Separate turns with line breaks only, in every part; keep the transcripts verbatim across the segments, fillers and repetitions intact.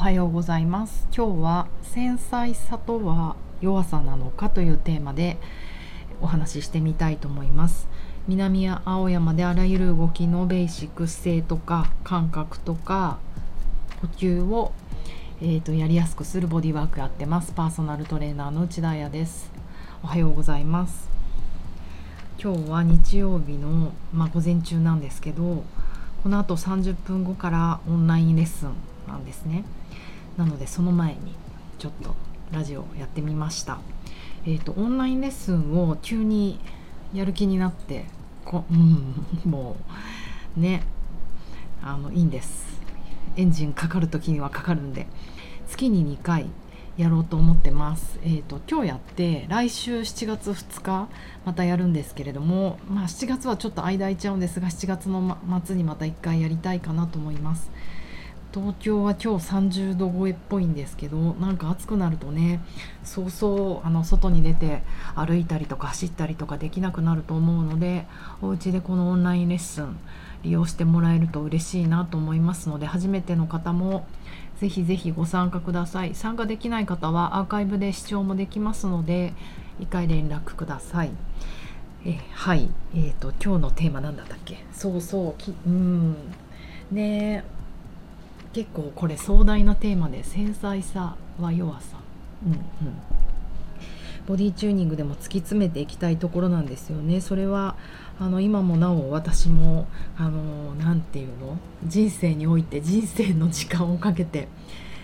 はようございます。今日は繊細さとは弱さなのかというテーマでお話ししてみたいと思います。南青山であらゆる動きのベーシック姿勢とか感覚とか呼吸を、えー、とやりやすくするボディワークやってます。パーソナルトレーナーの内田彩です。おはようございます。今日は日曜日の、まあ、午前中なんですけど、この後さんじゅっぷんごからオンラインレッスンなんですね。なのでその前にちょっとラジオをやってみました。えーと、オンラインレッスンを急にやる気になってこ、うん、もうねあのいいんです。エンジンかかる時にはかかるんで、月ににかいやろうと思ってます。えーと、今日やって来週しちがつふつかまたやるんですけれども、まあ、しちがつはちょっと間空いちゃうんですが、しちがつの末にまたいっかいやりたいかなと思います。東京は今日さんじゅうど超えっぽいんですけど、なんか暑くなるとね、そうそうあの外に出て歩いたりとか走ったりとかできなくなると思うので、お家でこのオンラインレッスン利用してもらえると嬉しいなと思いますので、初めての方もぜひぜひご参加ください。参加できない方はアーカイブで視聴もできますので、一回連絡ください。えはいえーと今日のテーマなんだったっけ。そうそうきうんねえ結構これ壮大なテーマで、繊細さは弱さ、うんうん、ボディチューニングでも突き詰めていきたいところなんですよね。それはあの今もなお私もあのなんていうの人生において人生の時間をかけて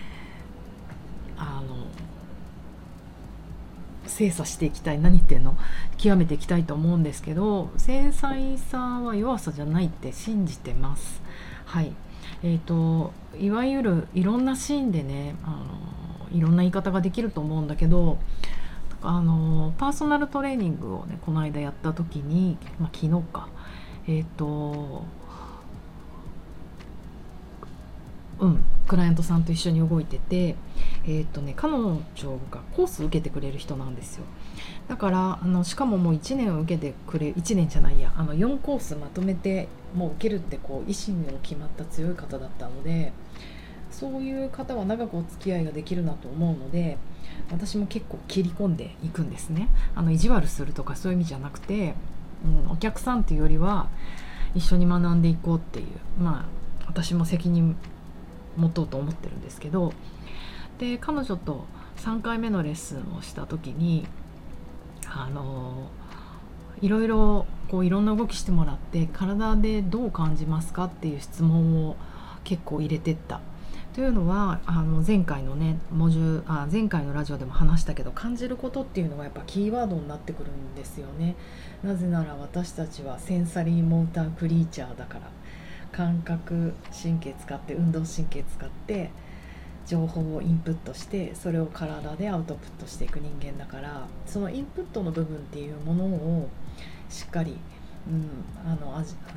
あの精査していきたい、何言ってんの極めていきたいと思うんですけど、繊細さは弱さじゃないって信じてます。はいえーと、いわゆるいろんなシーンでね、あのいろんな言い方ができると思うんだけど、あのパーソナルトレーニングをねこの間やった時に、まあ、昨日かえっ、ー、とうんクライアントさんと一緒に動いてて、えっ、ー、とね彼女がコース受けてくれる人なんですよ。だからあのしかももういちねん受けてくれいちねんじゃないやあのよんコースまとめてもう受けるってこう意思の決まった強い方だったので、そういう方は長くお付き合いができるなと思うので、私も結構切り込んでいくんですね。あの意地悪するとかそういう意味じゃなくて、うん、お客さんっていうよりは一緒に学んでいこうっていう、まあ私も責任持とうと思ってるんですけど、で彼女とさんかいめのレッスンをした時にあのいろいろこういろんな動きしてもらって、体でどう感じますかっていう質問を結構入れてった。というのはあの前回のねモジュあ前回のラジオでも話したけど、感じることっていうのがやっぱキーワードになってくるんですよね。なぜなら私たちはセンサリーモータークリーチャーだから、感覚神経使って運動神経使って情報をインプットして、それを体でアウトプットしていく人間だから、そのインプットの部分っていうものをしっかり、うん、あのあじ、うん、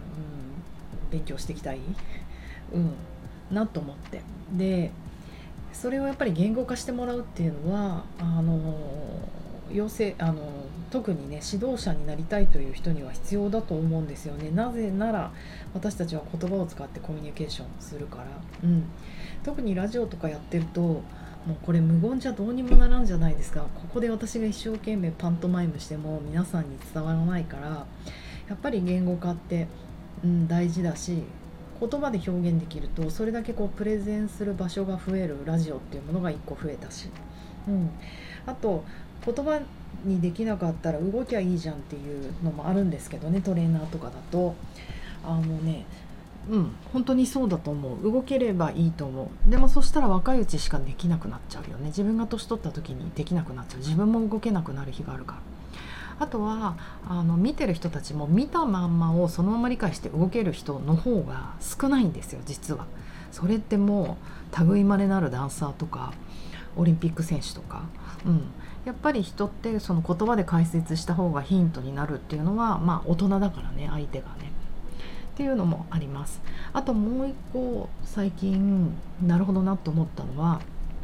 勉強していきたい、うん、なと思って、でそれをやっぱり言語化してもらうっていうのはあの要請あの特にね指導者になりたいという人には必要だと思うんですよね。なぜなら私たちは言葉を使ってコミュニケーションするから、うん、特にラジオとかやってるともうこれ無言じゃどうにもならんじゃないですか。ここで私が一生懸命パントマイムしても皆さんに伝わらないから、やっぱり言語化って、うん、大事だし、言葉で表現できるとそれだけこうプレゼンする場所が増えるラジオっていうものがいっこ増えたし、うん、あと言葉にできなかったら動きゃいいじゃんっていうのもあるんですけどね、トレーナーとかだとあのねうん本当にそうだと思う。動ければいいと思う。でもそしたら若いうちしかできなくなっちゃうよね。自分が年取った時にできなくなっちゃう。自分も動けなくなる日があるから。あとはあの見てる人たちも見たまんまをそのまま理解して動ける人の方が少ないんですよ、実は。それってもう類いまれなるダンサーとかオリンピック選手とか、うん、やっぱり人ってその言葉で解説した方がヒントになるっていうのは、まあ大人だからね、相手がねっていうのもあります。あともう一個最近なるほどなと思ったのは、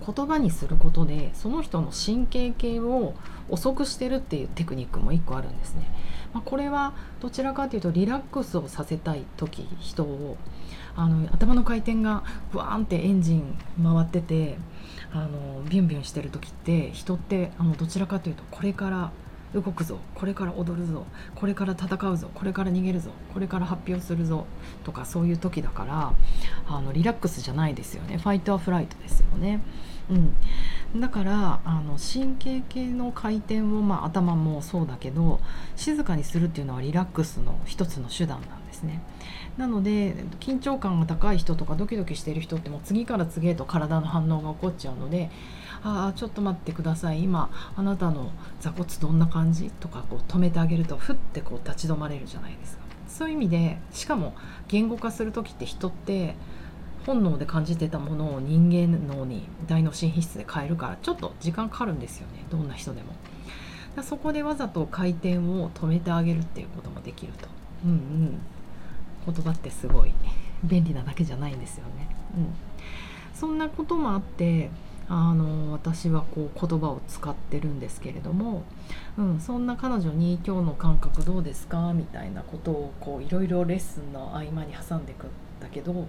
言葉にすることでその人の神経系を遅くしてるっていうテクニックもいっこあるんですね。まあ、これはどちらかというとリラックスをさせたい時、人をあの頭の回転がブワーンってエンジン回っててあのビュンビュンしてる時って人ってあのどちらかというとこれから動くぞ、これから踊るぞ、これから戦うぞ、これから逃げるぞ、これから発表するぞとかそういう時だからあのリラックスじゃないですよね。ファイトアフライトですよね。うん、だからあの神経系の回転を、まあ、頭もそうだけど静かにするっていうのはリラックスの一つの手段なんですね。なので緊張感が高い人とかドキドキしている人ってもう次から次へと体の反応が起こっちゃうので、ああちょっと待ってください、今あなたの座骨どんな感じとかこう止めてあげるとふってこう立ち止まれるじゃないですか。そういう意味でしかも言語化する時って人って本能で感じてたものを人間脳に大脳神秘質で変えるからちょっと時間かかるんですよね、どんな人でも。だそこでわざと回転を止めてあげるっていうこともできると。うんうん、言葉ってすごい便利なだけじゃないんですよね。うん、そんなこともあってあの私はこう言葉を使ってるんですけれども、うん、そんな彼女に今日の感覚どうですかみたいなことをこういろいろレッスンの合間に挟んでいくんだけど、あの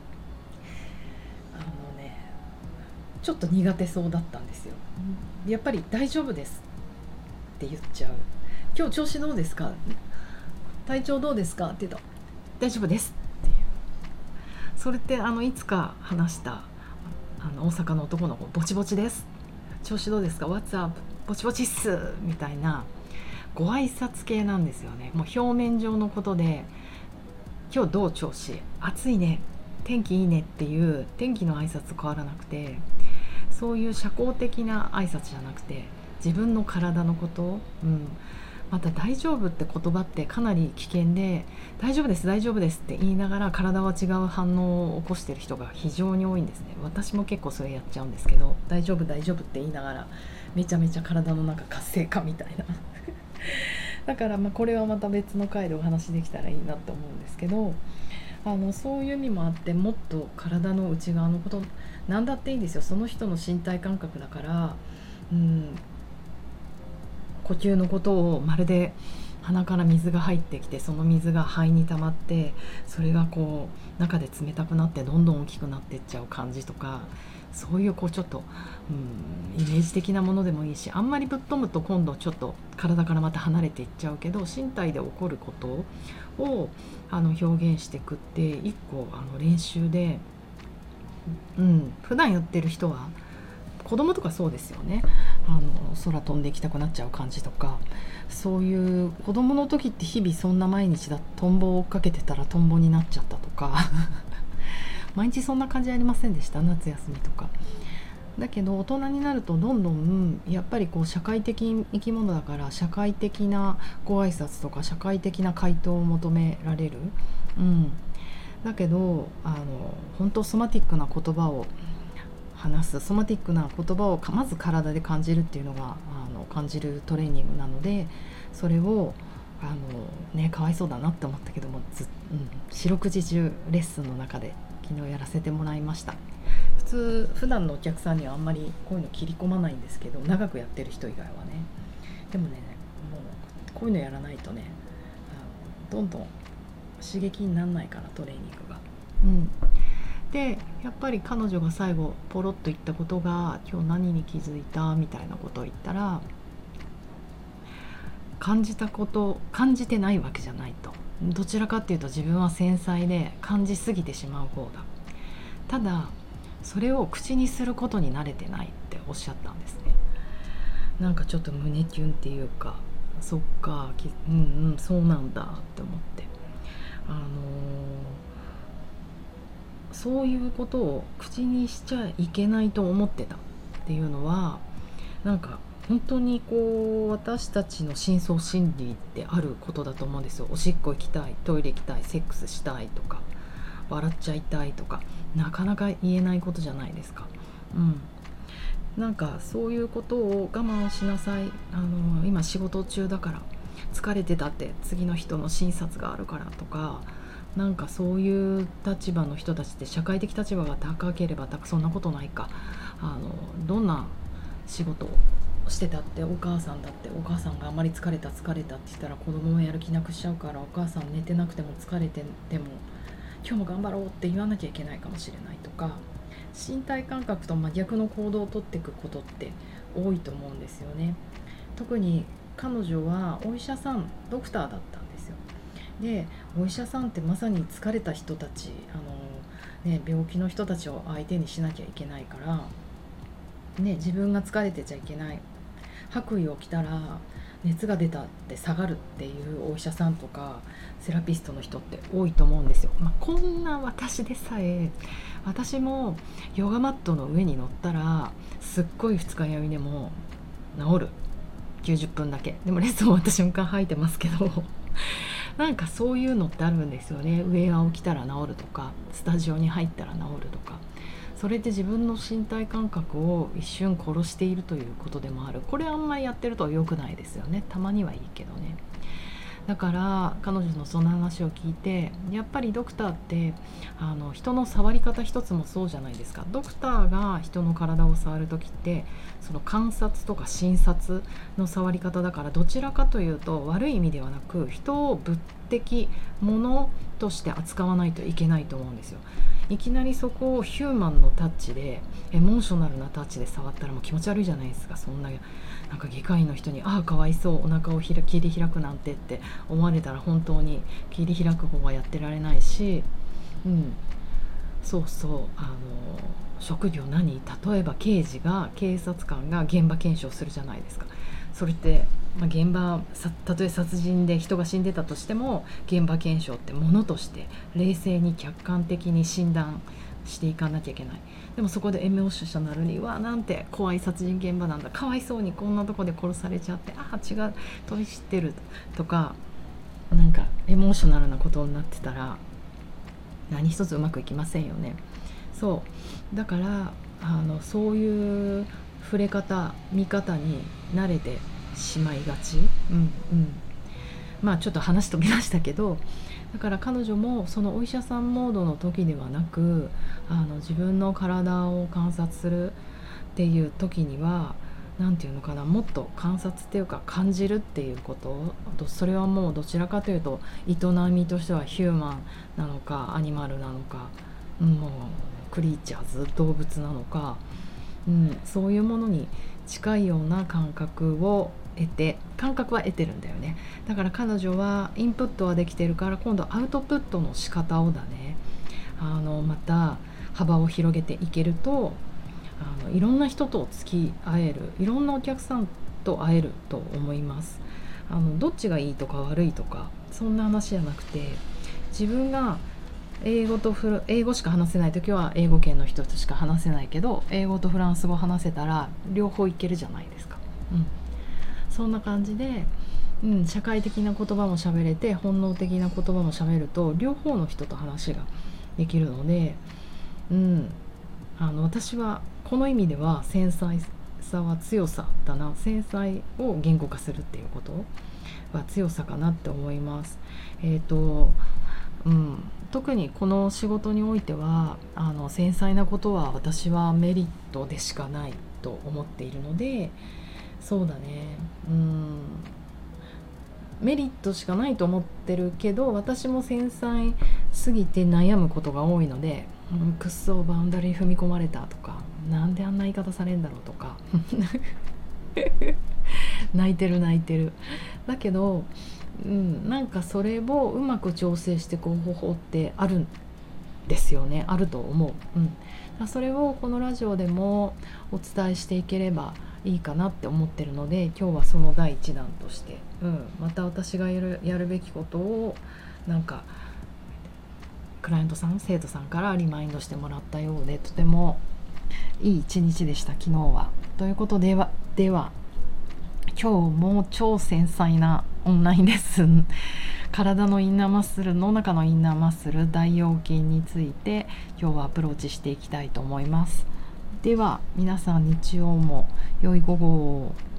ねちょっと苦手そうだったんですよ。やっぱり大丈夫ですって言っちゃう。今日調子どうですか、体調どうですかって言うと大丈夫ですっていう。それってあのいつか話したあの大阪の男の子ぼちぼちです、調子どうですか What's up ぼちぼちっすみたいなご挨拶系なんですよね。もう表面上のことで今日どう調子、暑いね、天気いいねっていう天気の挨拶変わらなくて、そういう社交的な挨拶じゃなくて自分の体のこと、うん、また大丈夫って言葉ってかなり危険で、大丈夫です大丈夫ですって言いながら体は違う反応を起こしている人が非常に多いんですね。私も結構それやっちゃうんですけど、大丈夫大丈夫って言いながらめちゃめちゃ体の中活性化みたいなだからまあこれはまた別の回でお話できたらいいなと思うんですけど、あのそういう意味もあってもっと体の内側のこと何だっていいんですよ。その人の身体感覚だから、うん、呼吸のことをまるで鼻から水が入ってきてその水が肺に溜まってそれがこう中で冷たくなってどんどん大きくなっていっちゃう感じとか、そういうこうちょっと、うん、イメージ的なものでもいいし、あんまりぶっ飛ぶと今度ちょっと体からまた離れていっちゃうけど身体で起こることをあの表現していくって一個あの練習で、うん、普段やってる人は子供とかそうですよね。あの空飛んでいきたくなっちゃう感じとか、そういう子供の時って日々そんな毎日だトンボを追っかけてたらトンボになっちゃったとか毎日そんな感じありませんでした？夏休みとか。だけど大人になるとどんどんやっぱりこう社会的生き物だから社会的なご挨拶とか社会的な回答を求められる、うん、だけどあの本当ソマティックな言葉を話す、ソマティックな言葉をまず体で感じるっていうのがあの感じるトレーニングなので、それをあのねかわいそうだなって思ったけどもず、うん、四六時中レッスンの中で昨日やらせてもらいました。普通普段のお客さんにはあんまりこういうの切り込まないんですけど、長くやってる人以外はね。でもねもうこういうのやらないとねあのどんどん刺激にならないからトレーニングが、うんでやっぱり彼女が最後ポロッと言ったことが今日何に気づいたみたいなことを言ったら、感じたこと感じてないわけじゃないと、どちらかっていうと自分は繊細で感じすぎてしまう方だ、ただそれを口にすることに慣れてないっておっしゃったんですね。なんかちょっと胸キュンっていうか、そっかうんうんそうなんだって思って、あのーそういうことを口にしちゃいけないと思ってたっていうのはなんか本当にこう私たちの深層心理であることだと思うんですよ。おしっこ行きたい、トイレ行きたい、セックスしたいとか笑っちゃいたいとかなかなか言えないことじゃないですか。うん、なんかそういうことを我慢しなさい、あの今仕事中だから疲れてたって次の人の診察があるからとかなんかそういう立場の人たちって社会的立場が高ければ高そんなことないか、あのどんな仕事をしてたってお母さんだってお母さんがあんまり疲れた疲れたって言ったら子供もやる気なくしちゃうから、お母さん寝てなくても疲れてても今日も頑張ろうって言わなきゃいけないかもしれないとか、身体感覚と真逆の行動をとっていくことって多いと思うんですよね。特に彼女はお医者さんドクターだったんですよ。でお医者さんってまさに疲れた人たち、あの、ね、病気の人たちを相手にしなきゃいけないから、ね、自分が疲れてちゃいけない。白衣を着たら熱が出たって下がるっていうお医者さんとかセラピストの人って多いと思うんですよ。まあ、こんな私でさえ、私もヨガマットの上に乗ったらすっごい二日酔いでも治る。きゅうじゅっぷんだけでもレッスン終わった瞬間吐いてますけどなんかそういうのってあるんですよね。ウェアを着たら治るとか、スタジオに入ったら治るとか、それって自分の身体感覚を一瞬殺しているということでもある。これあんまりやってると良くないですよね。たまにはいいけどね。だから彼女のその話を聞いて、やっぱりドクターってあの人の触り方一つもそうじゃないですか。ドクターが人の体を触るときってその観察とか診察の触り方だから、どちらかというと悪い意味ではなく人を物的ものとして扱わないといけないと思うんですよ。いきなりそこをヒューマンのタッチでエモーショナルなタッチで触ったらもう気持ち悪いじゃないですか。そんななんか外科医の人にああかわいそうお腹を切り開くなんてって思われたら本当に切り開く方はやってられないし、うん、そうそう、あの職業何、例えば刑事が警察官が現場検証するじゃないですか。それって、まあ、現場さたとえ殺人で人が死んでたとしても現場検証ってものとして冷静に客観的に診断していかなきゃいけない。でもそこでエモーショナルにわなんて怖い殺人現場なんだ、かわいそうにこんなとこで殺されちゃってああ違う取り知ってるとか、なんかエモーショナルなことになってたら何一つうまくいきませんよね。そうだからあのそういう触れ方見方に慣れてしまいがち、うんうん、まあちょっと話飛びましたけど、だから彼女もそのお医者さんモードの時ではなく、あの自分の体を観察するっていう時にはなんていうのかな、もっと観察っていうか感じるっていうこと、それはもうどちらかというと営みとしてはヒューマンなのかアニマルなのか、もうクリーチャーズ動物なのか、うん、そういうものに近いような感覚を得て感覚は得てるんだよね。だから彼女はインプットはできてるから、今度アウトプットの仕方をだね、あのまた幅を広げていけると、あのいろんな人と付き合える、いろんなお客さんと会えると思います。あのどっちがいいとか悪いとかそんな話じゃなくて、自分が英語とフラ英語しか話せないときは英語圏の人としか話せないけど、英語とフランス語話せたら両方いけるじゃないですか、うん、そんな感じで、うん、社会的な言葉も喋れて本能的な言葉も喋ると両方の人と話ができるので、うん、あの私はこの意味では繊細さは強さだな、繊細を言語化するっていうことは強さかなって思います。えーとうん、特にこの仕事においてはあの繊細なことは私はメリットでしかないと思っているので、そうだね、うんメリットしかないと思ってるけど、私も繊細すぎて悩むことが多いので、うん、くっそバウンダリー踏み込まれたとか、なんであんな言い方されるんだろうとか泣いてる泣いてるだけど、うん、なんかそれをうまく調整していく方法ってあるんですよね。あると思う、うん、それをこのラジオでもお伝えしていければいいかなって思ってるので、今日はその第一弾として、うん、また私がやる、やるべきことをなんかクライアントさん生徒さんからリマインドしてもらったようで、とてもいい一日でした昨日は。ということではでは今日も超繊細なオンラインレッスン、体のインナーマッスルの中のインナーマッスル大腰筋について今日はアプローチしていきたいと思います。では皆さん日曜も良い午後を。